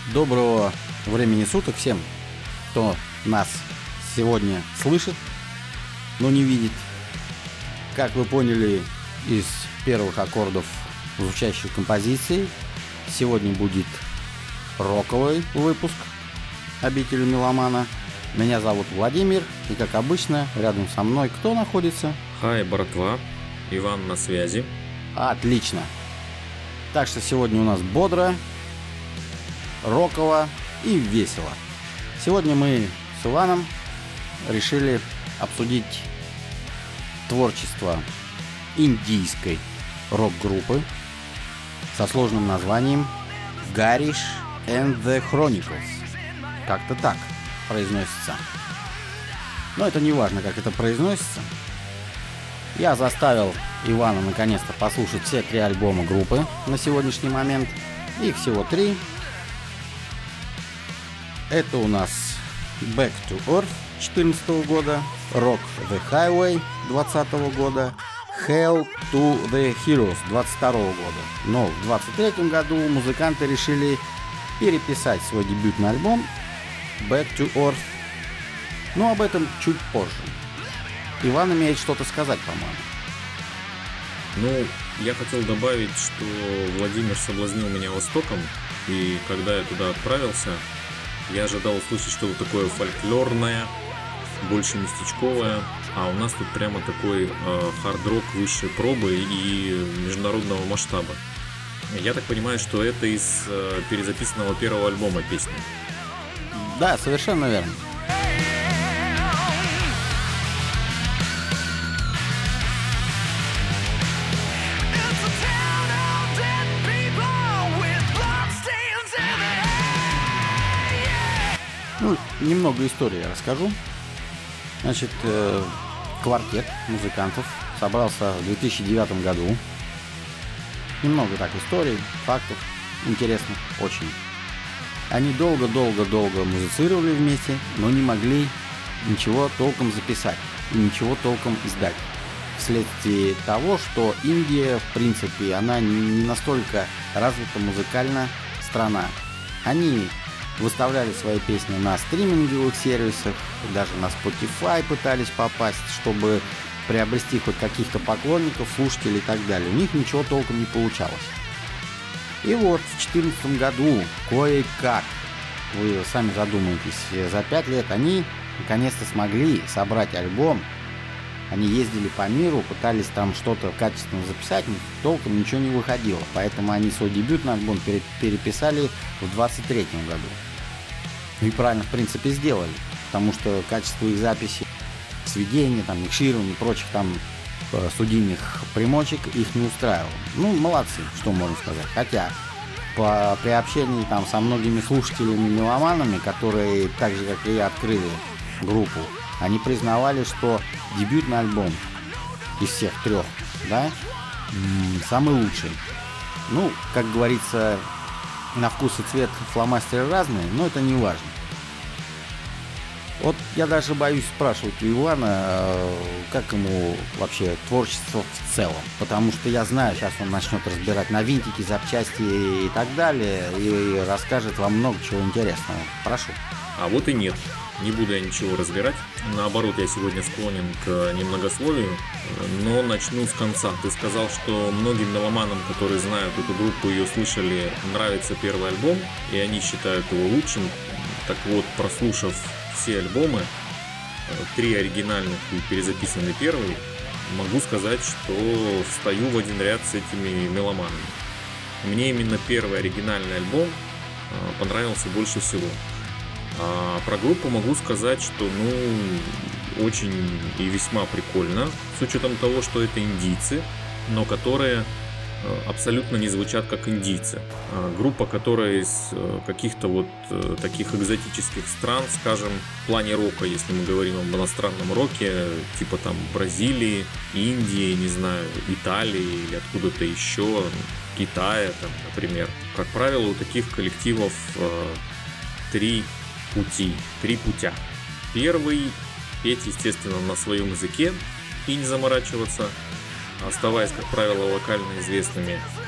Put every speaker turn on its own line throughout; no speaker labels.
Доброго времени суток всем, кто нас сегодня слышит, но не видит. Как вы поняли из первых аккордов звучащей композиции, сегодня будет роковый выпуск «Обители меломана». Меня зовут Владимир, и как обычно, рядом со мной кто находится?
Хай, братва, Иван на связи.
Отлично. Так что сегодня у нас бодро, роково и весело. Сегодня мы с Иваном решили обсудить творчество индийской рок-группы со сложным названием Garish and the Chronicles. Как-то так произносится. Но это не важно, как это произносится. Я заставил Ивана наконец-то послушать все 3 альбома группы на сегодняшний момент. Их всего 3. Это у нас Back to Earth 2014 года, Rock the Highway 2020 года, Hail to the Heroes 2022 года. Но в 2023 году музыканты решили переписать свой дебютный альбом Back to Earth. Но об этом чуть позже. Иван имеет что-то сказать, по-моему.
Ну, я хотел добавить, что Владимир соблазнил меня Востоком, и когда я туда отправился, я ожидал услышать что-то такое фольклорное, больше местечковое, а у нас тут прямо такой хард-рок высшей пробы и международного масштаба. Я так понимаю, что это из перезаписанного первого альбома песни.
Да, совершенно верно. Ну, немного истории расскажу. Значит, квартет музыкантов собрался в 2009 году. Немного так историй, фактов, интересных очень. Они долго-долго-долго музицировали вместе, но не могли ничего толком записать и ничего толком издать. Вследствие того, что Индия, в принципе, она не настолько развита музыкально страна. Они выставляли свои песни на стриминговых сервисах, даже на Spotify пытались попасть, чтобы приобрести хоть каких-то поклонников, слушателей и так далее. У них ничего толком не получалось. И вот в 2014 году кое-как, вы сами задумаетесь, за 5 лет они наконец-то смогли собрать альбом. Они ездили по миру, пытались там что-то качественно записать, но толком ничего не выходило. Поэтому они свой дебютный альбом переписали в 2023 году. И правильно, в принципе, сделали. Потому что качество их записи, сведения, там, микширования и прочих там студийных примочек их не устраивало. Ну, молодцы, что можно сказать. Хотя при общении там со многими слушателями-меломанами, которые так же, как и я, открыли группу, они признавали, что дебютный альбом из всех 3, да, самый лучший. Ну, как говорится, на вкус и цвет фломастеры разные, но это не важно. Вот я даже боюсь спрашивать у Ивана, как ему вообще творчество в целом. Потому что я знаю, сейчас он начнет разбирать на винтики, запчасти и так далее, и расскажет вам много чего интересного. Прошу.
А вот и нет. Не буду я ничего разбирать. Наоборот, я сегодня склонен к немногословию, но начну с конца. Ты сказал, что многим меломанам, которые знают эту группу, ее слышали, нравится первый альбом, и они считают его лучшим. Так вот, прослушав все альбомы, 3 оригинальных и перезаписанный первый, могу сказать, что встаю в один ряд с этими меломанами. Мне именно первый оригинальный альбом понравился больше всего. А про группу могу сказать, что очень и весьма прикольно, с учетом того, что это индийцы, но которые абсолютно не звучат как индийцы. Группа, которая из каких-то вот таких экзотических стран, скажем, в плане рока, если мы говорим об иностранном роке, типа там Бразилии, Индии, не знаю, Италии или откуда-то еще, Китая, там, например. Как правило, у таких коллективов 3 путя. Первый — петь, естественно, на своем языке и не заморачиваться, оставаясь, как правило, локально известными.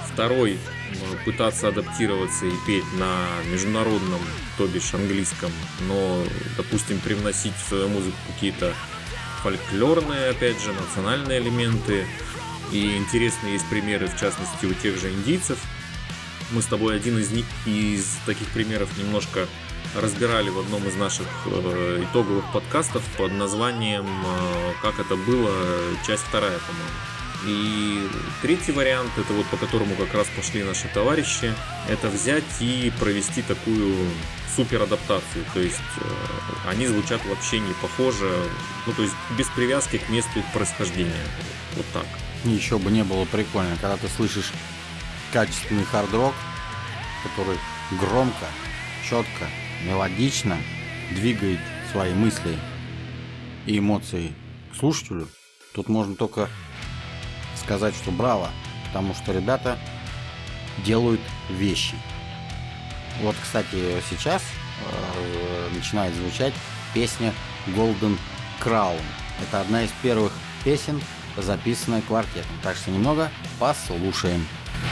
Второй пытаться адаптироваться и петь на международном, то бишь английском, но, допустим, привносить в свою музыку какие-то фольклорные, опять же, национальные элементы. И интересные есть примеры, в частности, у тех же индийцев. Мы с тобой один из таких примеров немножко разбирали в одном из наших итоговых подкастов под названием «Как это было», часть 2, по-моему. И третий вариант, это вот по которому как раз пошли наши товарищи, это взять и провести такую супер адаптацию. То есть они звучат вообще не похоже, ну то есть без привязки к месту их происхождения. Вот так.
Еще бы не было прикольно, когда ты слышишь качественный хард-рок, который громко, четко, мелодично двигает свои мысли и эмоции к слушателю. Тут можно только сказать, что браво, потому что ребята делают вещи. Вот, кстати, сейчас начинает звучать песня Golden Crown. Это одна из первых песен, записанная квартетом. Так что немного послушаем.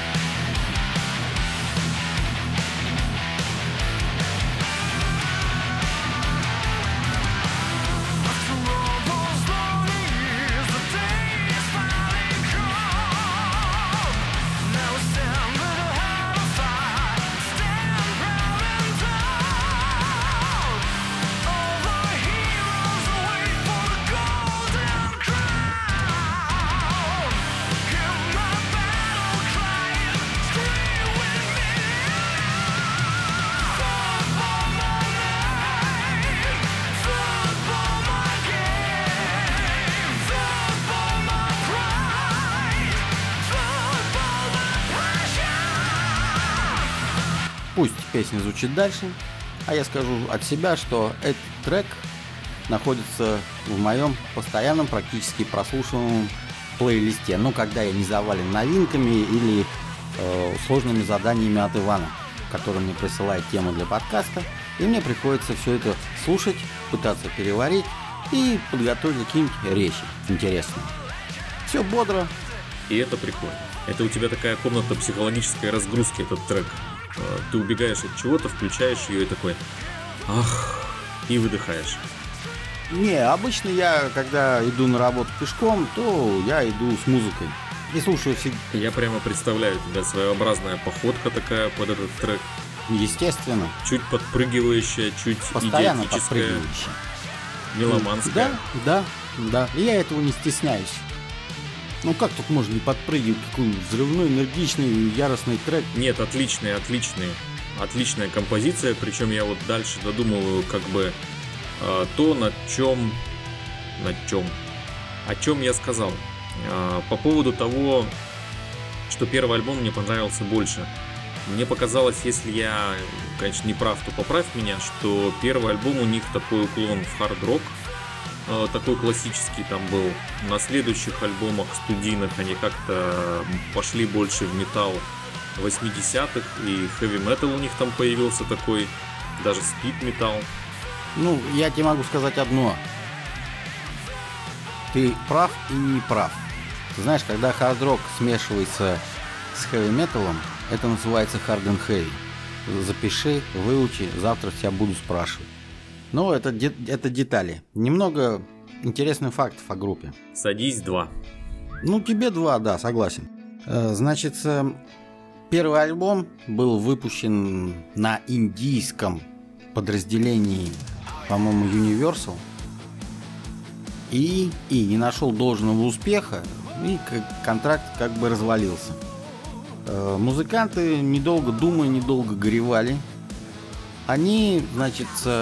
Пусть песня звучит дальше, а я скажу от себя, что этот трек находится в моем постоянном практически прослушиваемом плейлисте. Ну, когда я не завален новинками или сложными заданиями от Ивана, который мне присылает тему для подкаста, и мне приходится все это слушать, пытаться переварить и подготовить какие-нибудь речи интересные. Все бодро.
И это прикольно. Это у тебя такая комната психологической разгрузки, этот трек. Ты убегаешь от чего-то, включаешь ее и такой ах, и выдыхаешь.
Не, обычно я, когда иду на работу пешком, то я иду с музыкой и слушаю всегда.
Я прямо представляю тебя, своеобразная походка такая под этот трек.
Естественно.
Чуть подпрыгивающая, чуть
постоянно
идиотическая,
подпрыгивающая.
меломанская.
Да. И я этого не стесняюсь. Ну как тут можно не подпрыгивать, какой взрывной, энергичный, яростный трек?
Нет, отличная композиция, причем я вот дальше додумываю как бы то, о чем я сказал. По поводу того, что первый альбом мне понравился больше. Мне показалось, если я, конечно, не прав, то поправь меня, что первый альбом у них такой уклон в хард-рок, такой классический там был. На следующих альбомах студийных они как-то пошли больше в металл 80-х, и хэви-метал у них там появился такой, даже спид-металл.
Ну, я тебе могу сказать одно. Ты прав и не прав. Ты знаешь, когда хард-рок смешивается с хэви-металом, это называется hard and heavy. Запиши, выучи, завтра тебя буду спрашивать. Но это детали. Немного интересных фактов о группе.
Садись 2.
Ну, тебе 2, да, согласен. Значит, первый альбом был выпущен на индийском подразделении, по-моему, Universal. И не нашел должного успеха, и контракт как бы развалился. Музыканты, недолго думая, недолго горевали. Они, значит,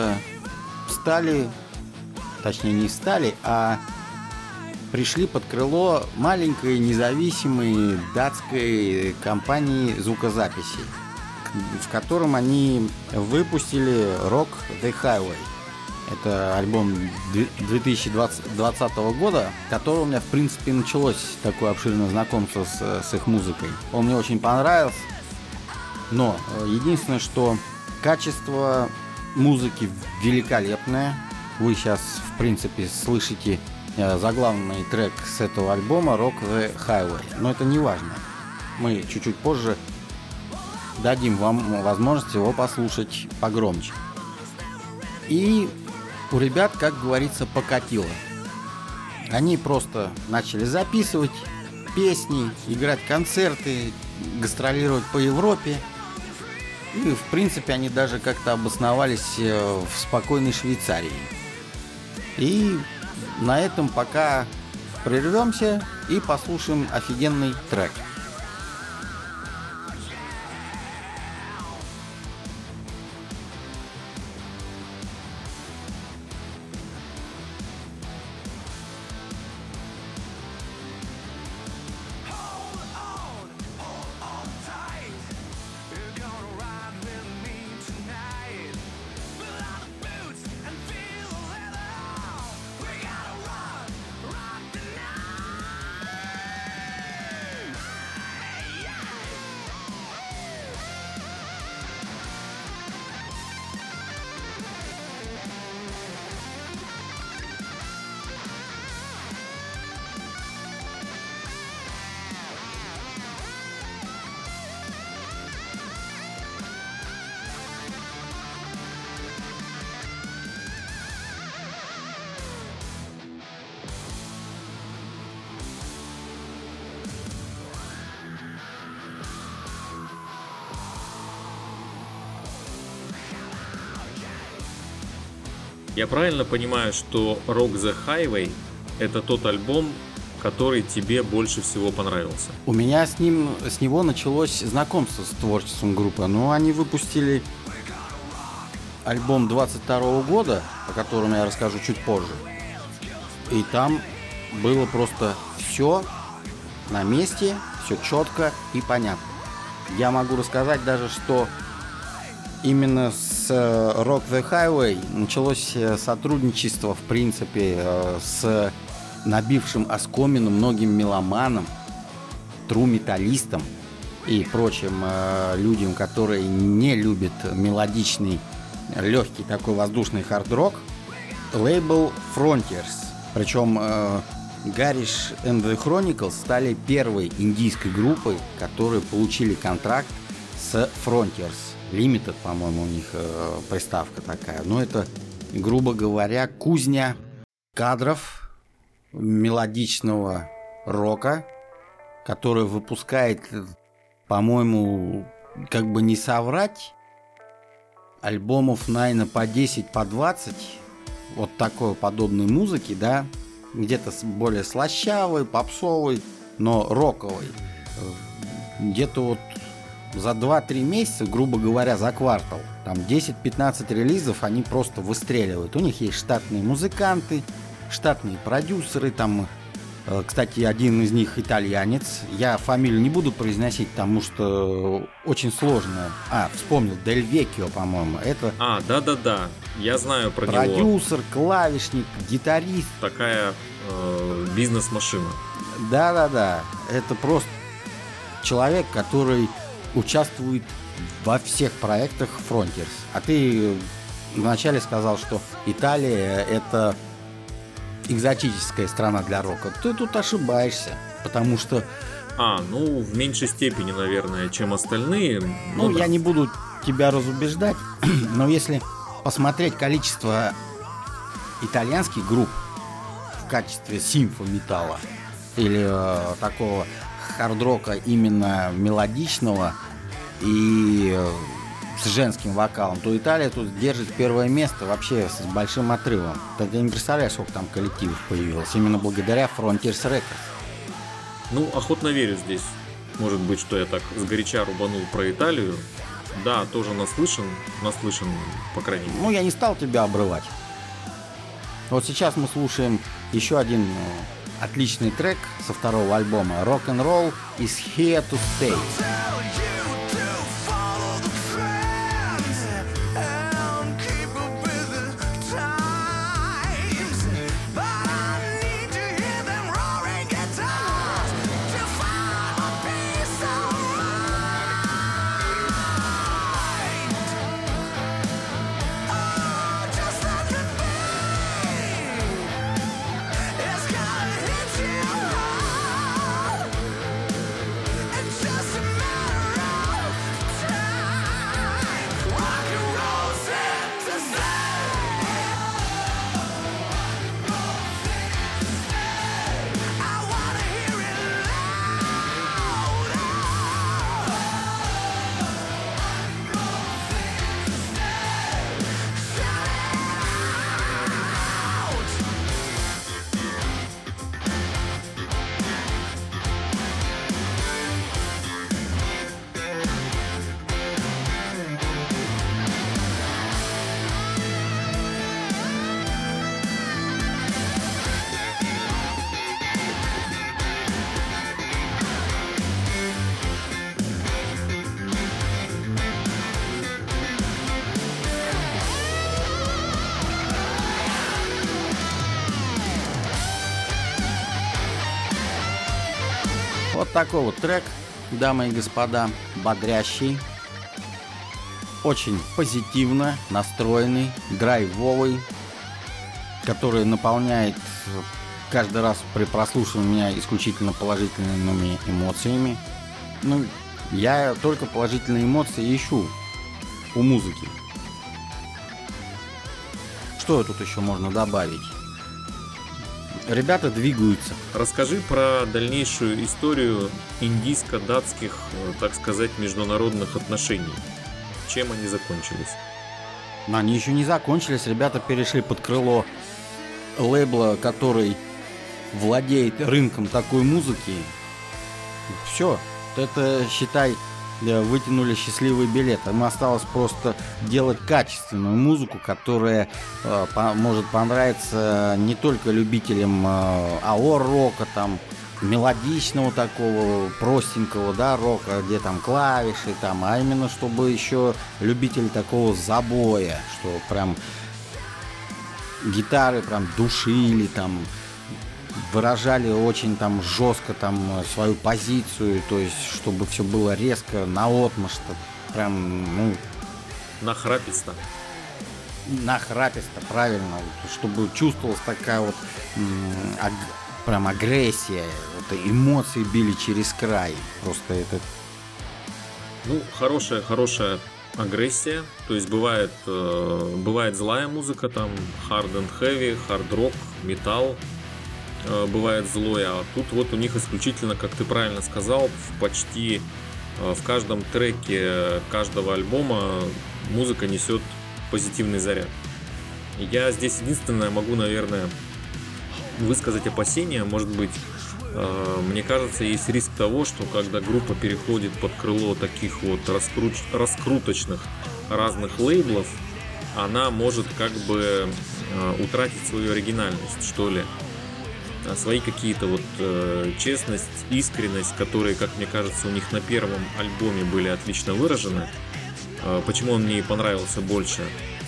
пришли под крыло маленькой независимой датской компании звукозаписи, в котором они выпустили Rock the Highway. Это альбом 2020 года, которого у меня, в принципе, началось такое обширное знакомство с их музыкой. Он мне очень понравился, но единственное, что качество музыки великолепное. Вы сейчас, в принципе, слышите заглавный трек с этого альбома Rock the Highway. Но это не важно. мы чуть-чуть позже дадим вам возможность его послушать погромче. И у ребят, как говорится, покатило. Они просто начали записывать песни, играть концерты, гастролировать по Европе. И, в принципе, они даже как-то обосновались в спокойной Швейцарии. И на этом пока прервемся и послушаем офигенный трек.
Я правильно понимаю, что Rock the Highway — это тот альбом, который тебе больше всего понравился?
У меня с него началось знакомство с творчеством группы. Ну, они выпустили альбом 22 года, о котором я расскажу чуть позже. И там было просто все на месте, все четко и понятно. Я могу рассказать даже, что именно с Rock the Highway началось сотрудничество, в принципе, с набившим оскомину многим меломанам, тру-металлистам и прочим людям, которые не любят мелодичный, легкий такой воздушный хард-рок, лейбл Frontiers. Причем Garish and the Chronicles стали первой индийской группой, которые получили контракт с Frontiers. Limited, по-моему, у них приставка такая. Но это, грубо говоря, кузня кадров мелодичного рока, который выпускает, по-моему, как бы не соврать, альбомов, наверное, по 10, по 20 вот такой подобной музыки, да, где-то более слащавой, попсовой, но роковой. Где-то вот за 2-3 месяца, грубо говоря, за квартал, там 10-15 релизов они просто выстреливают. У них есть штатные музыканты, штатные продюсеры, там, кстати, один из них итальянец. Я фамилию не буду произносить, потому что очень сложно. Вспомнил, Дель Веккио, по-моему. Это
да-да-да, я знаю про него.
Продюсер, клавишник, гитарист.
Такая бизнес-машина.
Да-да-да, это просто человек, который участвует во всех проектах Frontiers. А ты вначале сказал, что Италия — это экзотическая страна для рока. Ты тут ошибаешься, потому что...
в меньшей степени, наверное, чем остальные.
Да. Я не буду тебя разубеждать, но если посмотреть количество итальянских групп в качестве симфо-металла или такого хард-рока именно мелодичного и с женским вокалом, то Италия тут держит первое место вообще с большим отрывом. Ты не представляешь, сколько там коллективов появилось, именно благодаря Frontiers Records.
Охотно верю здесь. Может быть, что я так сгоряча рубанул про Италию. Да, тоже наслышан, по крайней мере.
Я не стал тебя обрывать. Вот сейчас мы слушаем еще один отличный трек со второго альбома. Rock'n'Roll is here to stay.
Just
Вот такой вот трек, дамы и господа, бодрящий, очень позитивно настроенный, драйвовый, который наполняет каждый раз при прослушивании меня исключительно положительными эмоциями. Ну, я только положительные эмоции ищу у музыки. Что тут еще можно добавить? Ребята двигаются.
Расскажи про дальнейшую историю индийско-датских, так сказать, международных отношений. Чем они закончились?
Но они еще не закончились. Ребята перешли под крыло лейбла, который владеет рынком такой музыки. Все. Это, считай, вытянули счастливый билет. Им осталось просто делать качественную музыку, которая может понравиться не только любителям аор-рока, там, мелодичного такого, простенького, да, рока, где там клавиши, там, а именно, чтобы еще любители такого забоя, что прям гитары прям душили, там, выражали очень там жестко там свою позицию, то есть чтобы все было резко, наотмашь, прям, ну...
Нахраписто.
Нахраписто, правильно, вот, чтобы чувствовалась такая вот прям агрессия, вот, эмоции били через край, просто это...
Ну, хорошая агрессия, то есть бывает злая музыка, там, hard and heavy, hard rock, металл, бывает злое, а тут вот у них исключительно, как ты правильно сказал, почти в каждом треке каждого альбома музыка несет позитивный заряд. Я здесь единственное могу, наверное, высказать опасения, может быть, мне кажется, есть риск того, что когда группа переходит под крыло таких вот раскруточных разных лейблов, она может как бы утратить свою оригинальность, что ли. Свои какие-то вот честность, искренность, которые, как мне кажется, у них на первом альбоме были отлично выражены. Почему он мне и понравился больше.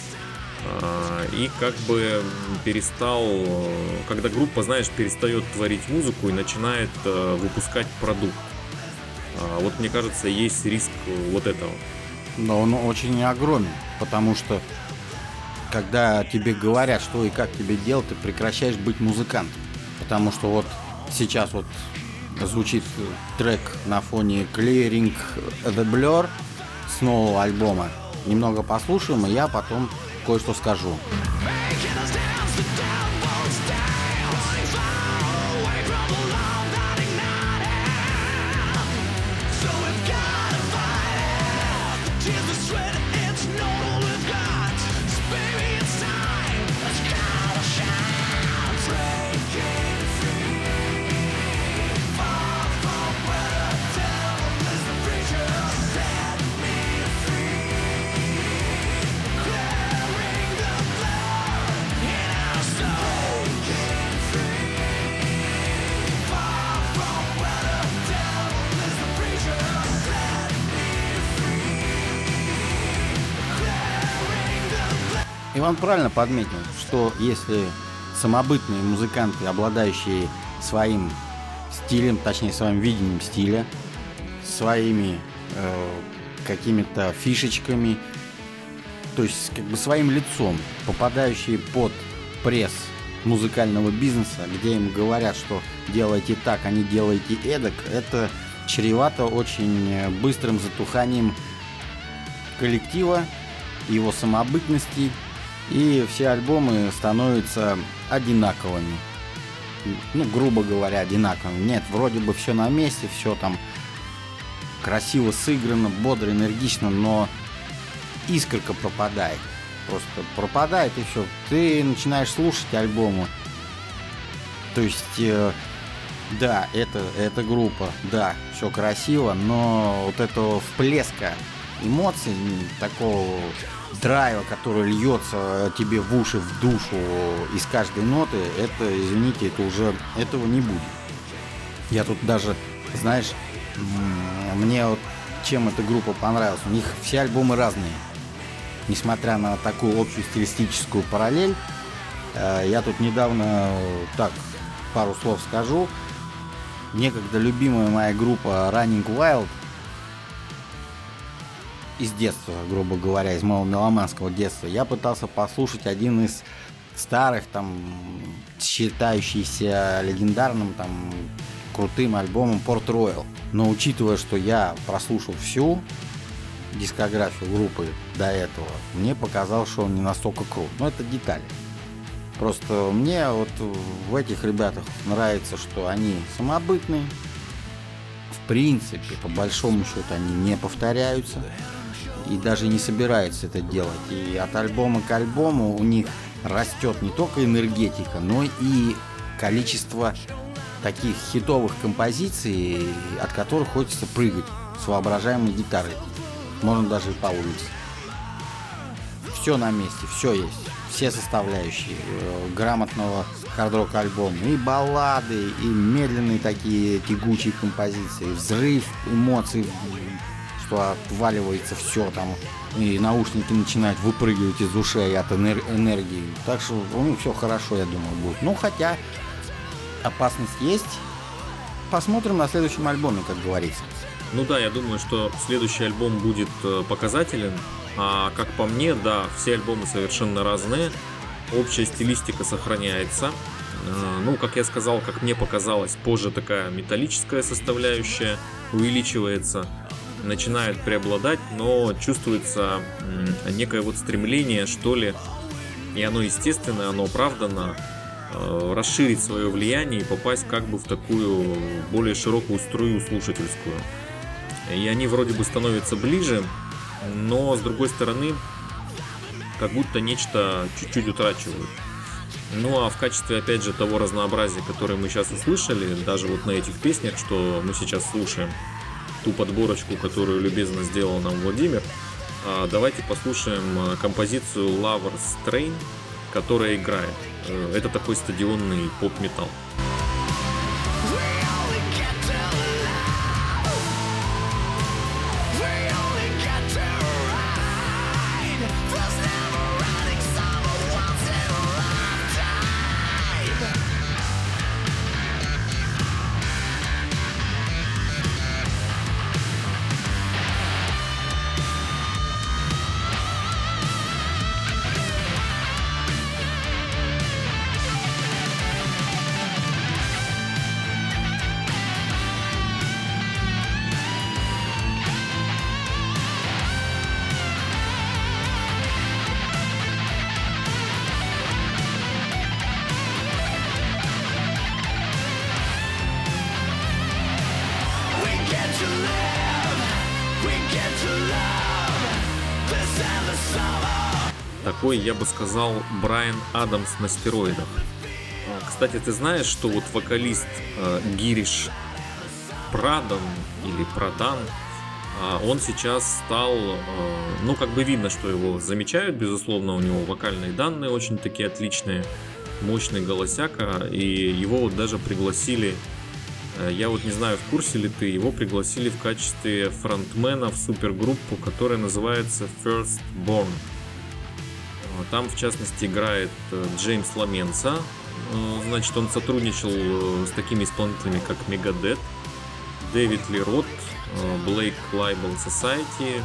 И как бы перестал, когда группа, знаешь, перестает творить музыку и начинает выпускать продукт. Вот мне кажется, есть риск вот этого.
Но он очень огромен, потому что когда тебе говорят, что и как тебе делать, ты прекращаешь быть музыкантом. Потому что вот сейчас вот звучит трек на фоне Clearing the Blur с нового альбома. Немного послушаем, и я потом кое-что скажу. Иван правильно подметил, что если самобытные музыканты, обладающие своим стилем, точнее своим видением стиля, своими какими-то фишечками, то есть как бы своим лицом, попадающие под пресс музыкального бизнеса, где им говорят, что делайте так, а не делайте эдак, это чревато очень быстрым затуханием коллектива, его самобытности, и все альбомы становятся одинаковыми. Ну, грубо говоря, одинаковыми. Нет, вроде бы все на месте, все там красиво сыграно, бодро, энергично, но искорка пропадает. Просто пропадает, и все. Ты начинаешь слушать альбомы. То есть, да, это группа, да, все красиво, но вот этого всплеска эмоций, такого драйва, который льется тебе в уши, в душу из каждой ноты, это, извините, это уже этого не будет. Я тут даже, знаешь, мне вот чем эта группа понравилась, у них все альбомы разные. Несмотря на такую общую стилистическую параллель, я тут недавно, так, пару слов скажу, некогда любимая моя группа Running Wild из детства, грубо говоря, из моего меломанского детства, я пытался послушать один из старых, там, считающийся легендарным, там, крутым альбомом Port Royal. Но учитывая, что я прослушал всю дискографию группы до этого, мне показалось, что он не настолько крут. Но это детали. Просто мне вот в этих ребятах нравится, что они самобытные. В принципе, по большому счету, они не повторяются. И даже не собираются это делать. И от альбома к альбому у них растет не только энергетика, но и количество таких хитовых композиций, от которых хочется прыгать с воображаемой гитарой. Можно даже и по улице. Все на месте, все есть. Все составляющие грамотного хард-рок альбома. И баллады, и медленные такие тягучие композиции. Взрыв эмоций, что отваливается все там. И наушники начинают выпрыгивать из ушей от энергии. Так что у них все хорошо, я думаю, будет. Ну, хотя опасность есть. Посмотрим на следующем альбоме, как говорится.
Ну да, я думаю, что следующий альбом будет показателен. А как по мне, да, все альбомы совершенно разные. Общая стилистика сохраняется. Ну, как я сказал, как мне показалось, позже такая металлическая составляющая увеличивается, начинает преобладать, но чувствуется некое вот стремление, что ли, и оно естественно, оно оправдано, расширить свое влияние и попасть как бы в такую более широкую струю слушательскую. И они вроде бы становятся ближе, но с другой стороны, как будто нечто чуть-чуть утрачивают. Ну а в качестве, опять же, того разнообразия, которое мы сейчас услышали, даже вот на этих песнях, что мы сейчас слушаем, ту подборочку, которую любезно сделал нам Владимир, давайте послушаем композицию Lover's Train, которая играет. Это такой стадионный поп-металл. Такой, я бы сказал, Брайан Адамс на стероидах. Кстати, ты знаешь, что вот вокалист Гириш Прадан или Прадан, он сейчас стал, ну как бы видно, что его замечают, безусловно, у него вокальные данные очень такие отличные, мощный голосяка, и его вот даже пригласили, я вот не знаю, в курсе ли ты, его пригласили в качестве фронтмена в супергруппу, которая называется First Born. Там, в частности, играет Джеймс Ламенса. Значит, он сотрудничал с такими исполнителями, как Megadeth, Дэвид Ли Рот, Black Label Society.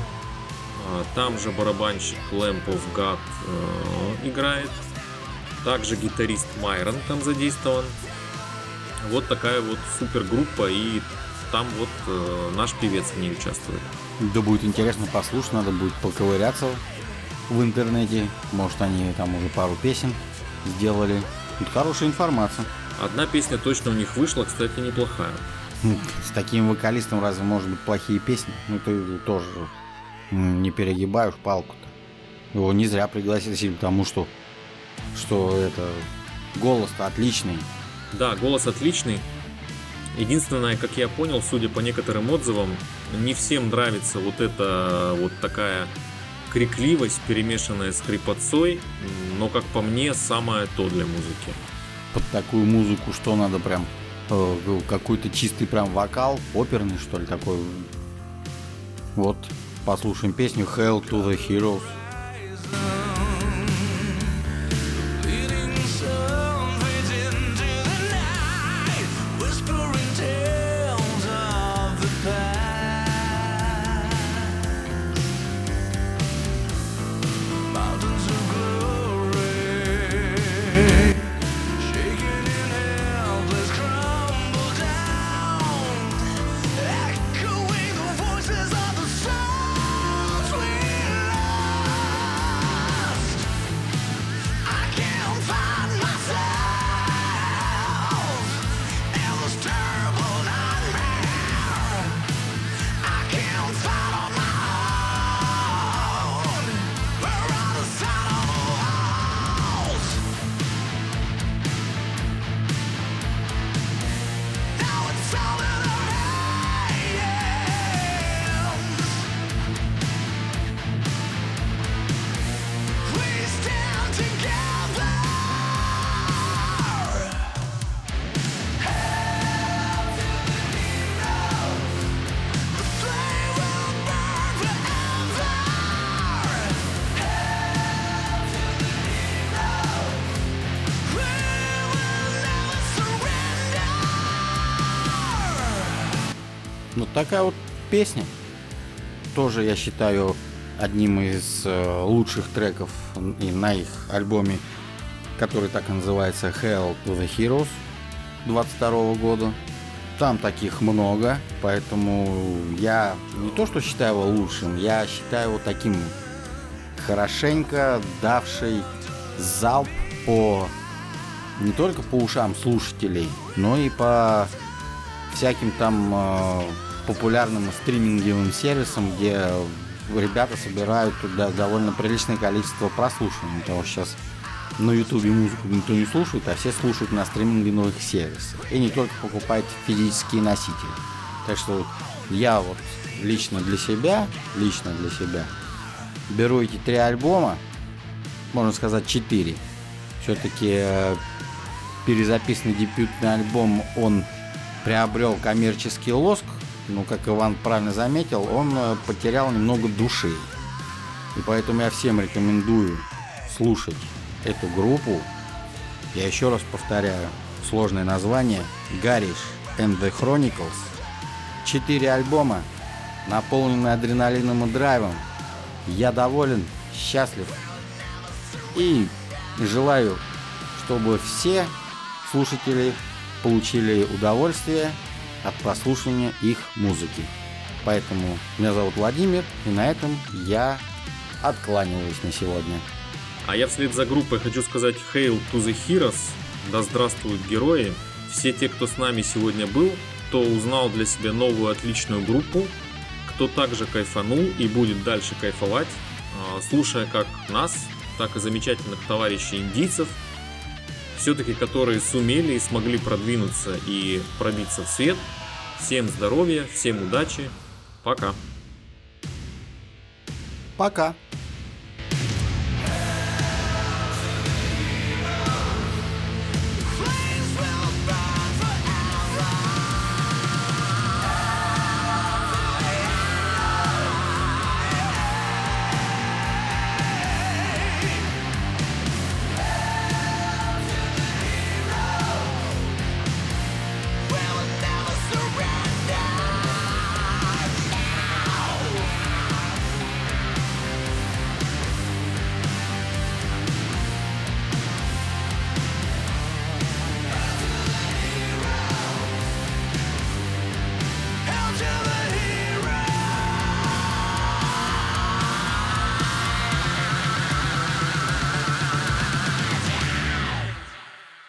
Там же барабанщик Lamb of God играет. Также гитарист Майрон там задействован. Вот такая вот супергруппа, и там вот наш певец в ней участвует.
Да, будет интересно послушать, надо будет поковыряться в интернете. Может, они там уже пару песен сделали. Это хорошая информация.
Одна песня точно у них вышла, кстати, неплохая.
С таким вокалистом разве может быть плохие песни? Ну, ты тоже не перегибаешь палку-то. Его не зря пригласили, потому что это голос-то отличный.
Да, голос отличный. Единственное, как я понял, судя по некоторым отзывам, не всем нравится вот эта вот такая крикливость, перемешанная с хрипотцой, но, как по мне, самое то для музыки.
Под такую музыку что надо прям? Какой-то чистый прям вокал, оперный, что ли, такой? Вот, послушаем песню Hail to the Heroes.
Whispering tales
Вот такая вот песня. Тоже я считаю одним из лучших треков и на их альбоме, который так и называется Hail to the Heroes 22 года. Там таких много, поэтому я не то что считаю его лучшим, я считаю его таким хорошенько давший залп по не только по ушам слушателей, но и по всяким там популярным стриминговым сервисам, где ребята собирают туда довольно приличное количество прослушиваний, потому что сейчас на ютубе музыку никто не слушает, а все слушают на стриминговых сервисах. И не только покупают физические носители. Так что я вот лично для себя беру эти 3 альбома, можно сказать 4. Все-таки перезаписанный дебютный альбом, он приобрел коммерческий лоск, но, как Иван правильно заметил, он потерял немного души. И поэтому я всем рекомендую слушать эту группу. Я еще раз повторяю сложное название: Garish and the Chronicles. 4 альбома, наполнены адреналином и драйвом. Я доволен, счастлив и желаю, чтобы все слушатели получили удовольствие от прослушивания их музыки. Поэтому меня зовут Владимир, и на этом я откланиваюсь на сегодня.
А я вслед за группой хочу сказать Hail to the Heroes, да здравствуют герои. Все те, кто с нами сегодня был, кто узнал для себя новую отличную группу, кто также кайфанул и будет дальше кайфовать, слушая как нас, так и замечательных товарищей индийцев, все-таки которые сумели и смогли продвинуться и пробиться в свет. Всем здоровья, всем удачи, пока.
Пока.